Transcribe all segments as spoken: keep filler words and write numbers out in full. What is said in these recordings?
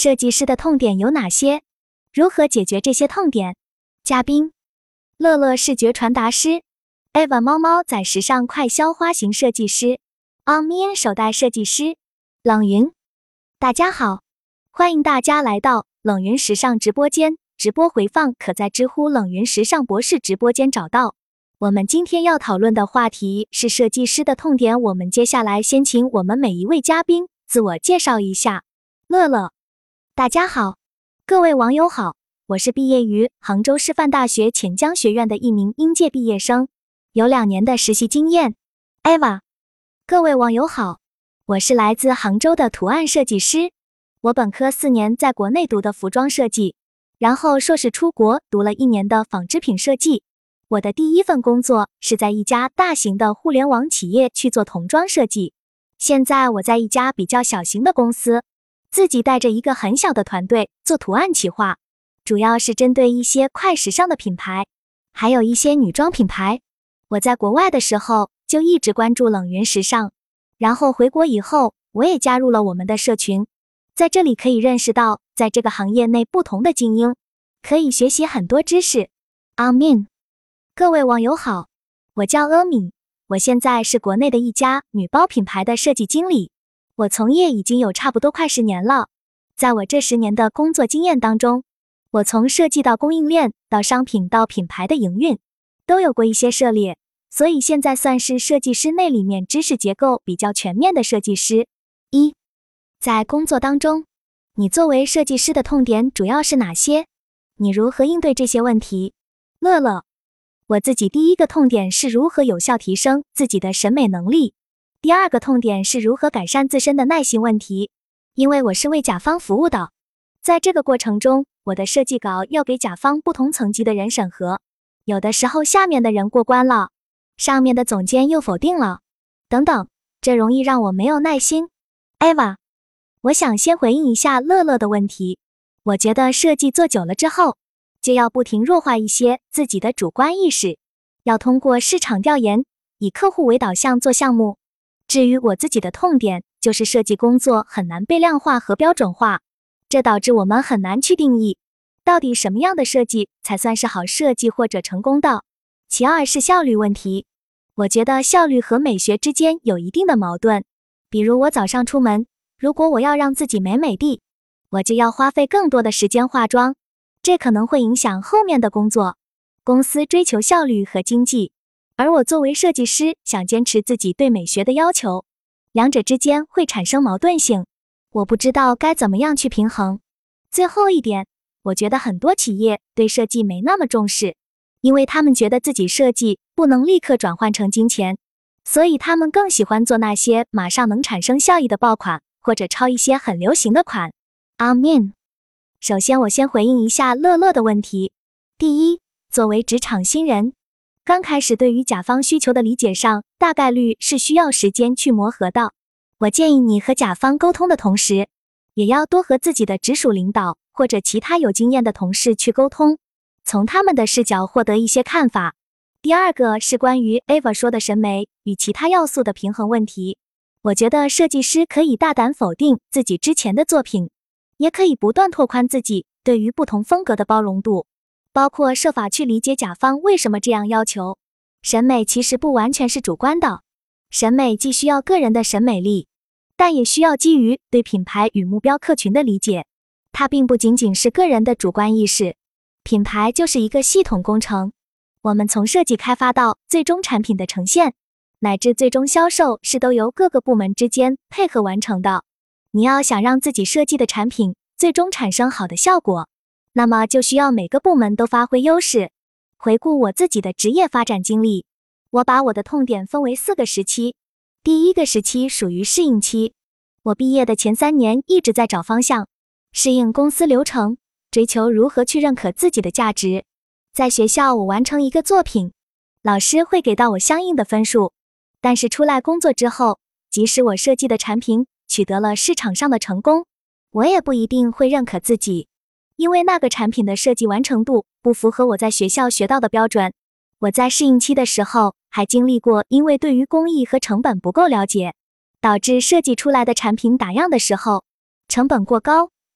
设计师的痛点有哪些？如何解决这些痛点？嘉宾：乐乐视觉传达师 ，Eva 猫猫仔时尚快消花型设计师 ，Amin 手袋设计师，冷云。大家好，欢迎大家来到冷云时尚直播间，直播回放可在知乎冷云时尚博士直播间找到。我们今天要讨论的话题是设计师的痛点，我们接下来先请我们每一位嘉宾自我介绍一下。乐乐。大家好，各位网友好，我是毕业于杭州师范大学钱江学院的一名应届毕业生，有两年的实习经验。Eva， 各位网友好，我是来自杭州的图案设计师，我本科四年在国内读的服装设计，然后硕士出国读了一年的纺织品设计。我的第一份工作是在一家大型的互联网企业去做童装设计，现在我在一家比较小型的公司，自己带着一个很小的团队做图案企划，主要是针对一些快时尚的品牌，还有一些女装品牌。我在国外的时候就一直关注冷云时尚，然后回国以后我也加入了我们的社群，在这里可以认识到在这个行业内不同的精英，可以学习很多知识。阿敏，各位网友好，我叫阿敏，我现在是国内的一家女包品牌的设计经理。我从业已经有差不多快十年了，在我这十年的工作经验当中，我从设计到供应链到商品到品牌的营运，都有过一些涉猎，所以现在算是设计师内里面知识结构比较全面的设计师。一，在工作当中，你作为设计师的痛点主要是哪些？你如何应对这些问题？乐乐，我自己第一个痛点是如何有效提升自己的审美能力。第二个痛点是如何改善自身的耐心问题，因为我是为甲方服务的，在这个过程中，我的设计稿要给甲方不同层级的人审核，有的时候下面的人过关了，上面的总监又否定了，等等，这容易让我没有耐心。Eva， 我想先回应一下乐乐的问题，我觉得设计做久了之后，就要不停弱化一些自己的主观意识，要通过市场调研，以客户为导向做项目。至于我自己的痛点，就是设计工作很难被量化和标准化，这导致我们很难去定义，到底什么样的设计才算是好设计或者成功的。其二是效率问题，我觉得效率和美学之间有一定的矛盾。比如我早上出门，如果我要让自己美美的，我就要花费更多的时间化妆，这可能会影响后面的工作。公司追求效率和经济，而我作为设计师想坚持自己对美学的要求，两者之间会产生矛盾性，我不知道该怎么样去平衡。最后一点，我觉得很多企业对设计没那么重视，因为他们觉得自己设计不能立刻转换成金钱，所以他们更喜欢做那些马上能产生效益的爆款，或者抄一些很流行的款。阿敏，首先我先回应一下乐乐的问题。第一，作为职场新人，刚开始对于甲方需求的理解上，大概率是需要时间去磨合的。我建议你和甲方沟通的同时，也要多和自己的直属领导或者其他有经验的同事去沟通，从他们的视角获得一些看法。第二个是关于 Eva 说的审美与其他要素的平衡问题。我觉得设计师可以大胆否定自己之前的作品，也可以不断拓宽自己对于不同风格的包容度，包括设法去理解甲方为什么这样要求。审美其实不完全是主观的，审美既需要个人的审美力，但也需要基于对品牌与目标客群的理解，它并不仅仅是个人的主观意识。品牌就是一个系统工程，我们从设计开发到最终产品的呈现，乃至最终销售是都由各个部门之间配合完成的。你要想让自己设计的产品最终产生好的效果，那么就需要每个部门都发挥优势。回顾我自己的职业发展经历，我把我的痛点分为四个时期。第一个时期属于适应期，我毕业的前三年一直在找方向，适应公司流程，追求如何去认可自己的价值。在学校我完成一个作品，老师会给到我相应的分数，但是出来工作之后，即使我设计的产品取得了市场上的成功，我也不一定会认可自己，因为那个产品的设计完成度不符合我在学校学到的标准。我在适应期的时候还经历过因为对于工艺和成本不够了解，导致设计出来的产品打样的时候成本过高，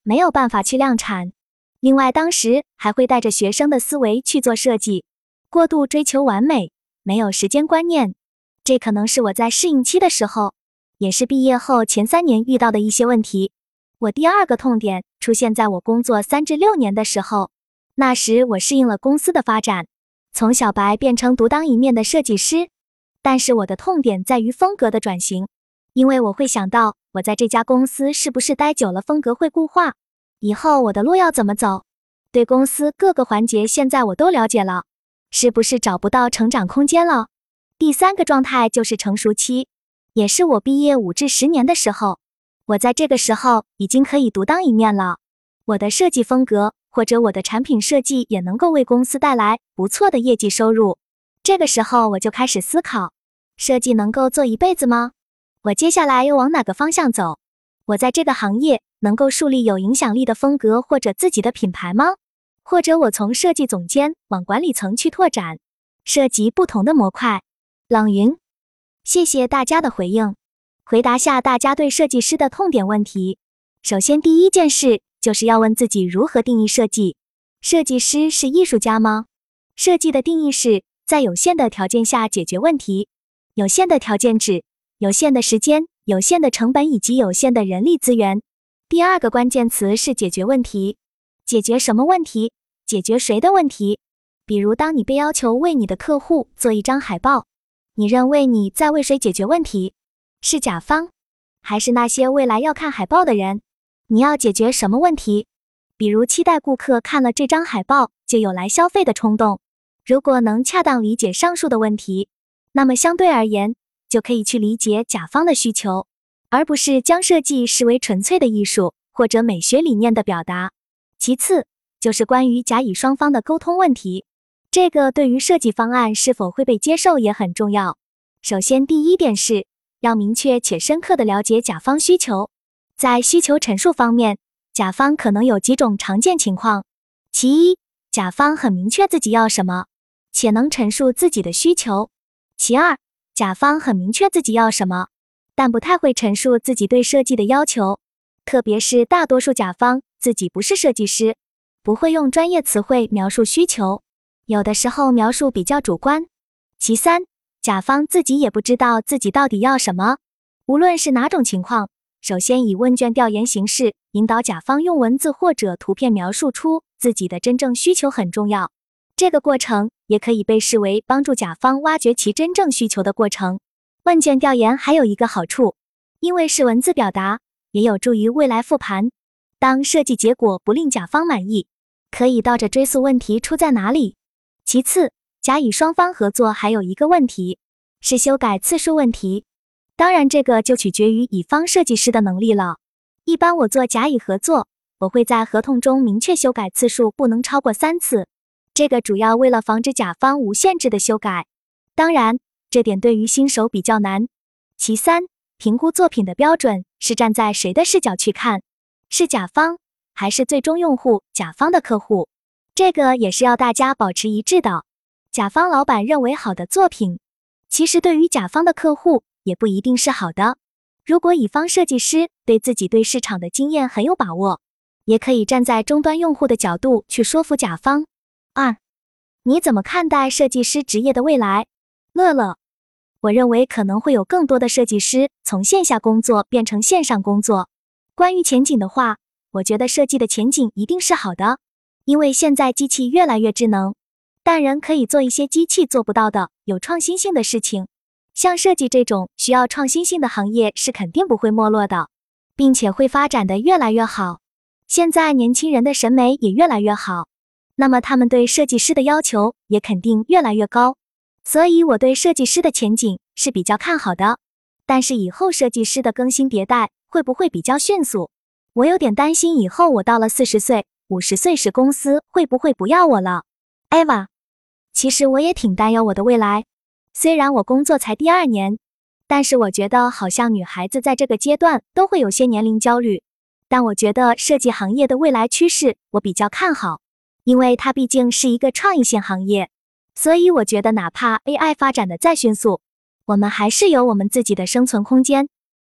没有办法去量产。另外，当时还会带着学生的思维去做设计，过度追求完美，没有时间观念。这可能是我在适应期的时候，也是毕业后前三年遇到的一些问题。我第二个痛点出现在我工作三至六年的时候，那时我适应了公司的发展，从小白变成独当一面的设计师。但是我的痛点在于风格的转型，因为我会想到我在这家公司是不是待久了风格会固化，以后我的路要怎么走？对公司各个环节现在我都了解了，是不是找不到成长空间了？第三个状态就是成熟期，也是我毕业五至十年的时候，我在这个时候已经可以独当一面了。我的设计风格或者我的产品设计也能够为公司带来不错的业绩收入。这个时候我就开始思考，设计能够做一辈子吗？我接下来又往哪个方向走？我在这个行业能够树立有影响力的风格或者自己的品牌吗？或者我从设计总监往管理层去拓展，涉及不同的模块。冷云，谢谢大家的回应。回答下大家对设计师的痛点问题。首先第一件事就是要问自己如何定义设计。设计师是艺术家吗？设计的定义是在有限的条件下解决问题。有限的条件指有限的时间、有限的成本以及有限的人力资源。第二个关键词是解决问题。解决什么问题？解决谁的问题？比如当你被要求为你的客户做一张海报，你认为你在为谁解决问题？是甲方，还是那些未来要看海报的人？你要解决什么问题？比如期待顾客看了这张海报就有来消费的冲动。如果能恰当理解上述的问题，那么相对而言，就可以去理解甲方的需求，而不是将设计视为纯粹的艺术或者美学理念的表达。其次，就是关于甲乙双方的沟通问题，这个对于设计方案是否会被接受也很重要。首先，第一点是要明确且深刻地了解甲方需求。在需求陈述方面，甲方可能有几种常见情况。其一，甲方很明确自己要什么，且能陈述自己的需求。其二，甲方很明确自己要什么，但不太会陈述自己对设计的要求，特别是大多数甲方自己不是设计师，不会用专业词汇描述需求，有的时候描述比较主观。其三，甲方自己也不知道自己到底要什么。无论是哪种情况，首先以问卷调研形式引导甲方用文字或者图片描述出自己的真正需求很重要。这个过程也可以被视为帮助甲方挖掘其真正需求的过程。问卷调研还有一个好处，因为是文字表达，也有助于未来复盘。当设计结果不令甲方满意，可以倒着追溯问题出在哪里。其次，甲乙双方合作还有一个问题，是修改次数问题。当然这个就取决于乙方设计师的能力了。一般我做甲乙合作，我会在合同中明确修改次数不能超过三次，这个主要为了防止甲方无限制的修改。当然，这点对于新手比较难。其三，评估作品的标准是站在谁的视角去看，是甲方还是最终用户甲方的客户，这个也是要大家保持一致的。甲方老板认为好的作品，其实对于甲方的客户也不一定是好的。如果乙方设计师对自己对市场的经验很有把握，也可以站在终端用户的角度去说服甲方。二，你怎么看待设计师职业的未来？乐乐，我认为可能会有更多的设计师从线下工作变成线上工作。关于前景的话，我觉得设计的前景一定是好的，因为现在机器越来越智能，但人可以做一些机器做不到的有创新性的事情。像设计这种需要创新性的行业是肯定不会没落的，并且会发展的越来越好。现在年轻人的审美也越来越好，那么他们对设计师的要求也肯定越来越高。所以我对设计师的前景是比较看好的，但是以后设计师的更新迭代会不会比较迅速？我有点担心以后我到了四十岁、五十岁时公司会不会不要我了。Eva， 其实我也挺担忧我的未来。虽然我工作才第二年，但是我觉得好像女孩子在这个阶段都会有些年龄焦虑。但我觉得设计行业的未来趋势我比较看好，因为它毕竟是一个创意性行业，所以我觉得哪怕 A I 发展的再迅速，我们还是有我们自己的生存空间。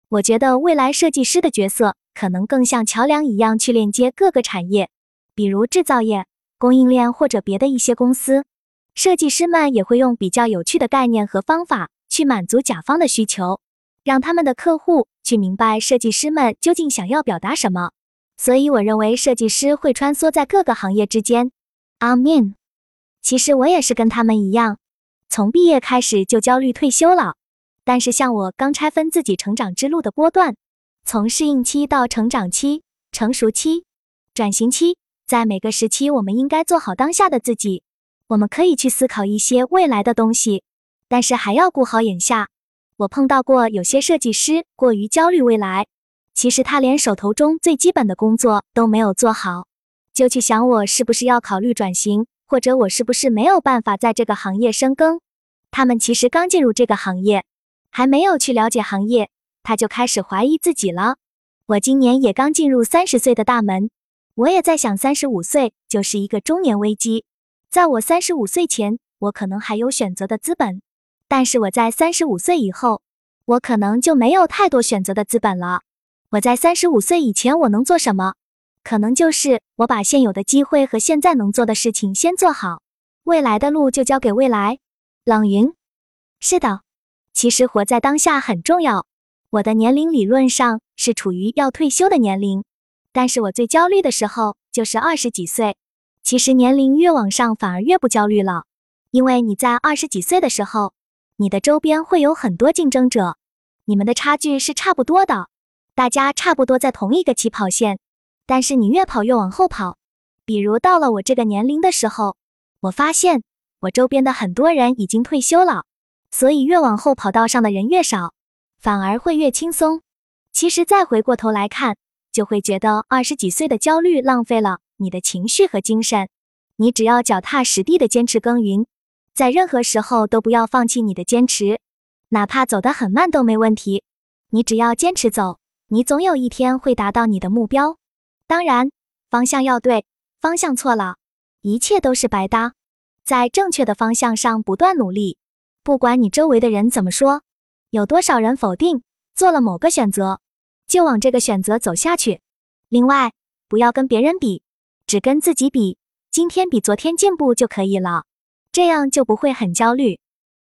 我觉得未来设计师的角色可能更像桥梁一样去链接各个产业，比如制造业、供应链或者别的一些公司。设计师们也会用比较有趣的概念和方法去满足甲方的需求，让他们的客户去明白设计师们究竟想要表达什么。所以我认为设计师会穿梭在各个行业之间。I mean， 其实我也是跟他们一样，从毕业开始就焦虑退休了。但是像我刚拆分自己成长之路的波段，从适应期到成长期、成熟期、转型期，在每个时期我们应该做好当下的自己。我们可以去思考一些未来的东西，但是还要顾好眼下。我碰到过有些设计师过于焦虑未来，其实他连手头中最基本的工作都没有做好，就去想我是不是要考虑转型，或者我是不是没有办法在这个行业深耕。他们其实刚进入这个行业，还没有去了解行业，他就开始怀疑自己了。我今年也刚进入三十岁的大门，我也在想三十五岁就是一个中年危机。在我三十五岁前，我可能还有选择的资本，但是我在三十五岁以后，我可能就没有太多选择的资本了。我在三十五岁以前我能做什么？可能就是我把现有的机会和现在能做的事情先做好，未来的路就交给未来。冷云，是的，其实活在当下很重要。我的年龄理论上是处于要退休的年龄，但是我最焦虑的时候就是二十几岁。其实年龄越往上反而越不焦虑了，因为你在二十几岁的时候，你的周边会有很多竞争者，你们的差距是差不多的，大家差不多在同一个起跑线，但是你越跑越往后跑。比如到了我这个年龄的时候，我发现我周边的很多人已经退休了，所以越往后跑道上的人越少，反而会越轻松。其实再回过头来看，就会觉得二十几岁的焦虑浪费了你的情绪和精神。你只要脚踏实地的坚持耕耘，在任何时候都不要放弃你的坚持，哪怕走得很慢都没问题。你只要坚持走，你总有一天会达到你的目标。当然，方向要对，方向错了，一切都是白搭。在正确的方向上不断努力，不管你周围的人怎么说，有多少人否定，做了某个选择，就往这个选择走下去。另外，不要跟别人比，只跟自己比，今天比昨天进步就可以了，这样就不会很焦虑。